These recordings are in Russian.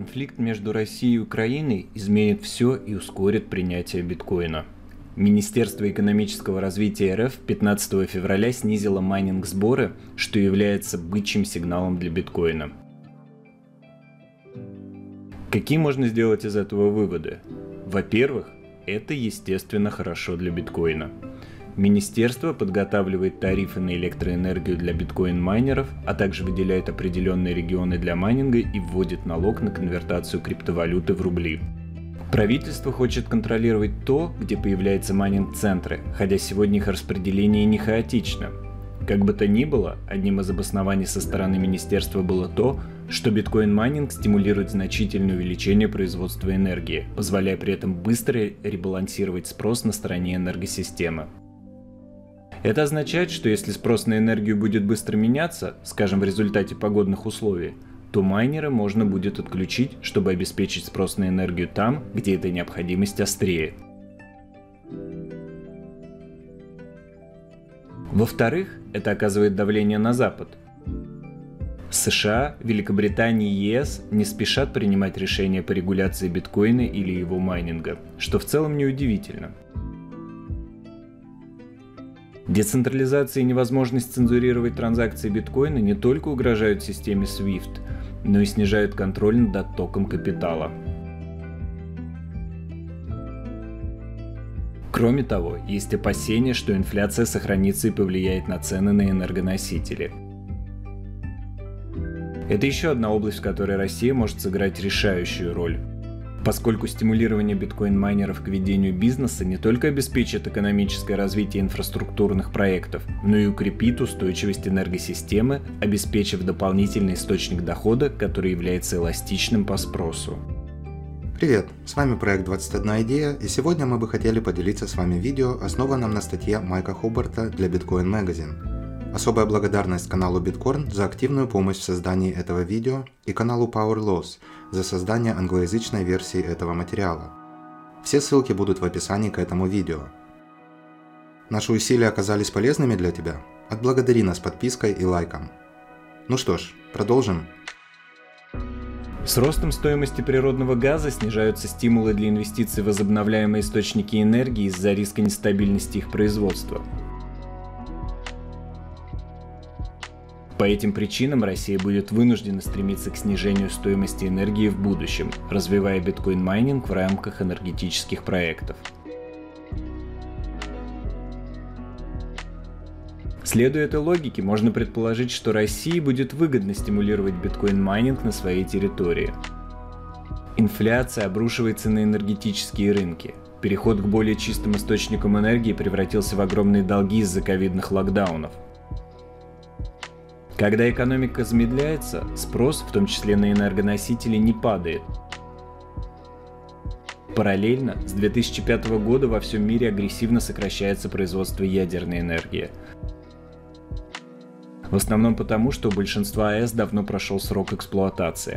конфликт между Россией и Украиной изменит все и ускорит принятие биткоина. Министерство экономического развития РФ 15 февраля снизило майнинг-сборы, что является бычьим сигналом для биткоина. Какие можно сделать из этого выводы? Во-первых, это, естественно, хорошо для биткоина. Министерство подготавливает тарифы на электроэнергию для биткоин-майнеров, а также выделяет определенные регионы для майнинга и вводит налог на конвертацию криптовалюты в рубли. Правительство хочет контролировать то, где появляются майнинг-центры, хотя сегодня их распределение не хаотично. Как бы то ни было, одним из обоснований со стороны министерства было то, что биткоин-майнинг стимулирует значительное увеличение производства энергии, позволяя при этом быстро ребалансировать спрос на стороне энергосистемы. Это означает, что если спрос на энергию будет быстро меняться, скажем, в результате погодных условий, то майнеры можно будет отключить, чтобы обеспечить спрос на энергию там, где эта необходимость острее. Во-вторых, это оказывает давление на Запад. США, Великобритания и ЕС не спешат принимать решения по регуляции биткоина или его майнинга, что в целом неудивительно. Децентрализация и невозможность цензурировать транзакции биткоина не только угрожают системе SWIFT, но и снижают контроль над оттоком капитала. Кроме того, есть опасения, что инфляция сохранится и повлияет на цены на энергоносители. Это еще одна область, в которой Россия может сыграть решающую роль, поскольку стимулирование биткоин-майнеров к ведению бизнеса не только обеспечит экономическое развитие инфраструктурных проектов, но и укрепит устойчивость энергосистемы, обеспечив дополнительный источник дохода, который является эластичным по спросу. Привет, с вами проект 21 идея, и сегодня мы бы хотели поделиться с вами видео, основанном на статье Майка Хобарта для Bitcoin Magazine. Особая благодарность каналу Bitcoin за активную помощь в создании этого видео и каналу Power Laws за создание англоязычной версии этого материала. Все ссылки будут в описании к этому видео. Наши усилия оказались полезными для тебя? Отблагодари нас подпиской и лайком. Ну что ж, продолжим. С ростом стоимости природного газа снижаются стимулы для инвестиций в возобновляемые источники энергии из-за риска нестабильности их производства. По этим причинам Россия будет вынуждена стремиться к снижению стоимости энергии в будущем, развивая биткоин-майнинг в рамках энергетических проектов. Следуя этой логике, можно предположить, что России будет выгодно стимулировать биткоин-майнинг на своей территории. Инфляция обрушивается на энергетические рынки. Переход к более чистым источникам энергии превратился в огромные долги из-за ковидных локдаунов. Когда экономика замедляется, спрос, в том числе на энергоносители, не падает. Параллельно, с 2005 года во всем мире агрессивно сокращается производство ядерной энергии. В основном потому, что у большинства АЭС давно прошел срок эксплуатации.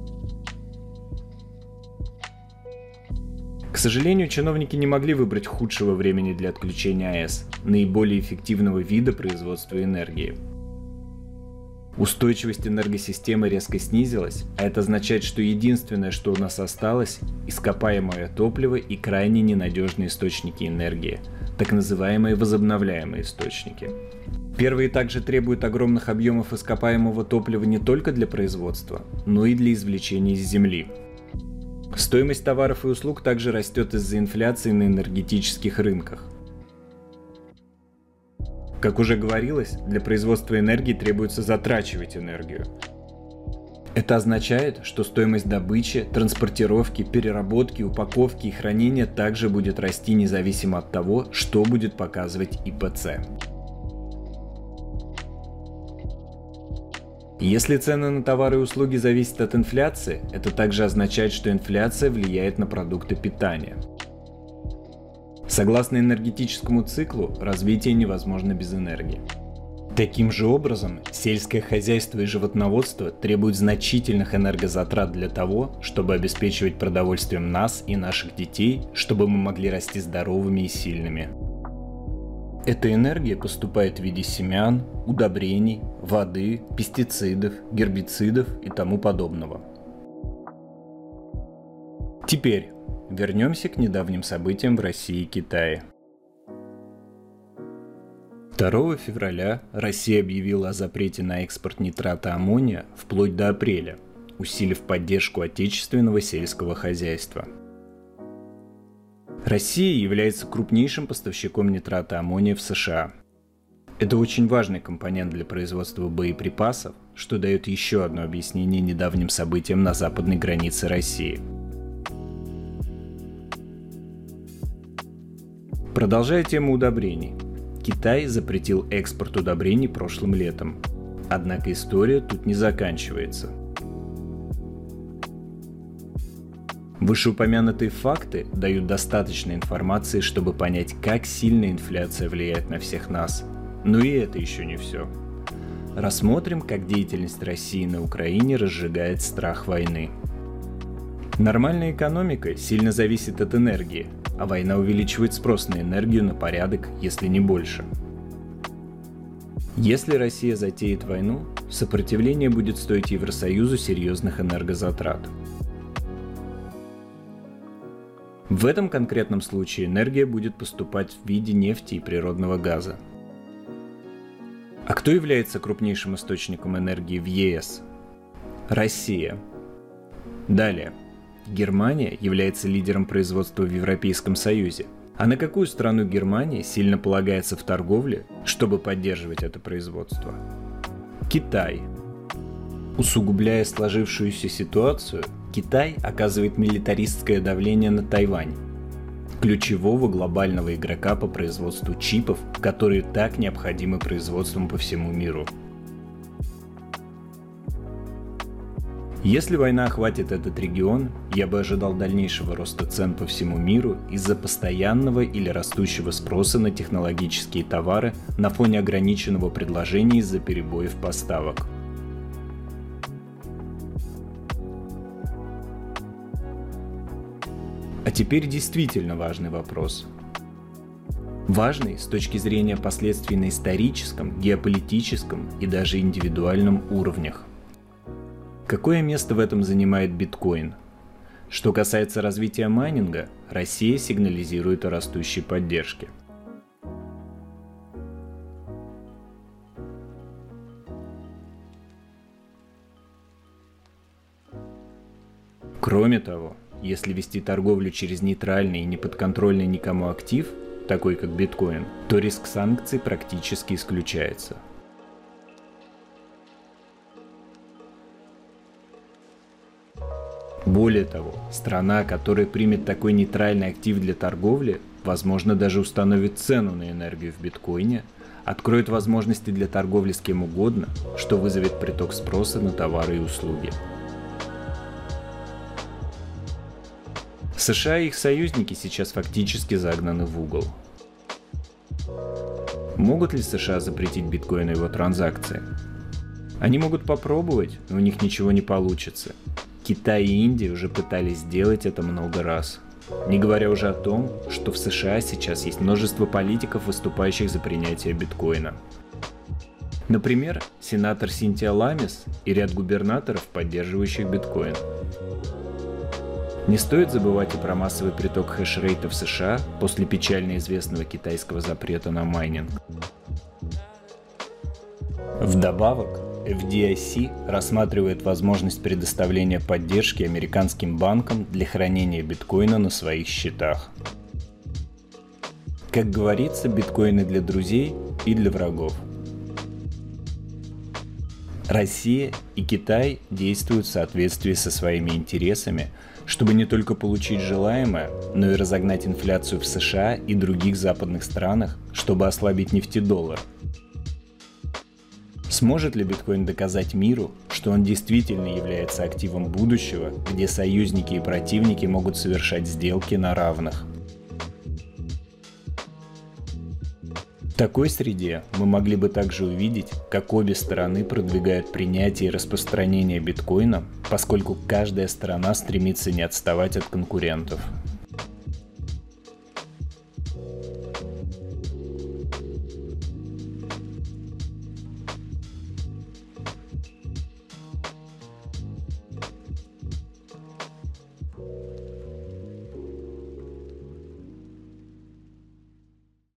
К сожалению, чиновники не могли выбрать худшего времени для отключения АЭС, наиболее эффективного вида производства энергии. Устойчивость энергосистемы резко снизилась, а это означает, что единственное, что у нас осталось – ископаемое топливо и крайне ненадежные источники энергии, так называемые возобновляемые источники. Первые также требуют огромных объемов ископаемого топлива не только для производства, но и для извлечения из земли. Стоимость товаров и услуг также растет из-за инфляции на энергетических рынках. Как уже говорилось, для производства энергии требуется затрачивать энергию. Это означает, что стоимость добычи, транспортировки, переработки, упаковки и хранения также будет расти независимо от того, что будет показывать ИПЦ. Если цены на товары и услуги зависят от инфляции, это также означает, что инфляция влияет на продукты питания. Согласно энергетическому циклу, развитие невозможно без энергии. Таким же образом, сельское хозяйство и животноводство требуют значительных энергозатрат для того, чтобы обеспечивать продовольствием нас и наших детей, чтобы мы могли расти здоровыми и сильными. Эта энергия поступает в виде семян, удобрений, воды, пестицидов, гербицидов и тому подобного. Теперь вернемся к недавним событиям в России и Китае. 2 февраля Россия объявила о запрете на экспорт нитрата аммония вплоть до апреля, усилив поддержку отечественного сельского хозяйства. Россия является крупнейшим поставщиком нитрата аммония в США. Это очень важный компонент для производства боеприпасов, что дает еще одно объяснение недавним событиям на западной границе России. Продолжая тему удобрений. Китай запретил экспорт удобрений прошлым летом. Однако история тут не заканчивается. Вышеупомянутые факты дают достаточно информации, чтобы понять, как сильно инфляция влияет на всех нас. Но и это еще не все. Рассмотрим, как деятельность России на Украине разжигает страх войны. Нормальная экономика сильно зависит от энергии, а война увеличивает спрос на энергию на порядок, если не больше. Если Россия затеет войну, сопротивление будет стоить Евросоюзу серьезных энергозатрат. В этом конкретном случае энергия будет поступать в виде нефти и природного газа. А кто является крупнейшим источником энергии в ЕС? Россия. Далее. Германия является лидером производства в Европейском Союзе. А на какую страну Германия сильно полагается в торговле, чтобы поддерживать это производство? Китай. Усугубляя сложившуюся ситуацию, Китай оказывает милитаристское давление на Тайвань, ключевого глобального игрока по производству чипов, которые так необходимы производством по всему миру. Если война охватит этот регион, я бы ожидал дальнейшего роста цен по всему миру из-за постоянного или растущего спроса на технологические товары на фоне ограниченного предложения из-за перебоев поставок. А теперь действительно важный вопрос. Важный с точки зрения последствий на историческом, геополитическом и даже индивидуальном уровнях. Какое место в этом занимает биткоин? Что касается развития майнинга, Россия сигнализирует о растущей поддержке. Кроме того, если вести торговлю через нейтральный и неподконтрольный никому актив, такой как биткоин, то риск санкций практически исключается. Более того, страна, которая примет такой нейтральный актив для торговли, возможно, даже установит цену на энергию в биткоине, откроет возможности для торговли с кем угодно, что вызовет приток спроса на товары и услуги. США и их союзники сейчас фактически загнаны в угол. Могут ли США запретить биткоин и его транзакции? Они могут попробовать, но у них ничего не получится. Китай и Индия уже пытались сделать это много раз. Не говоря уже о том, что в США сейчас есть множество политиков, выступающих за принятие биткоина. Например, сенатор Синтия Ламис и ряд губернаторов, поддерживающих биткоин. Не стоит забывать и про массовый приток хешрейта в США после печально известного китайского запрета на майнинг. Вдобавок, FDIC рассматривает возможность предоставления поддержки американским банкам для хранения биткоина на своих счетах. Как говорится, биткоины для друзей и для врагов. Россия и Китай действуют в соответствии со своими интересами, чтобы не только получить желаемое, но и разогнать инфляцию в США и других западных странах, чтобы ослабить нефтедоллар. Сможет ли биткоин доказать миру, что он действительно является активом будущего, где союзники и противники могут совершать сделки на равных? В такой среде мы могли бы также увидеть, как обе стороны продвигают принятие и распространение биткоина, поскольку каждая сторона стремится не отставать от конкурентов.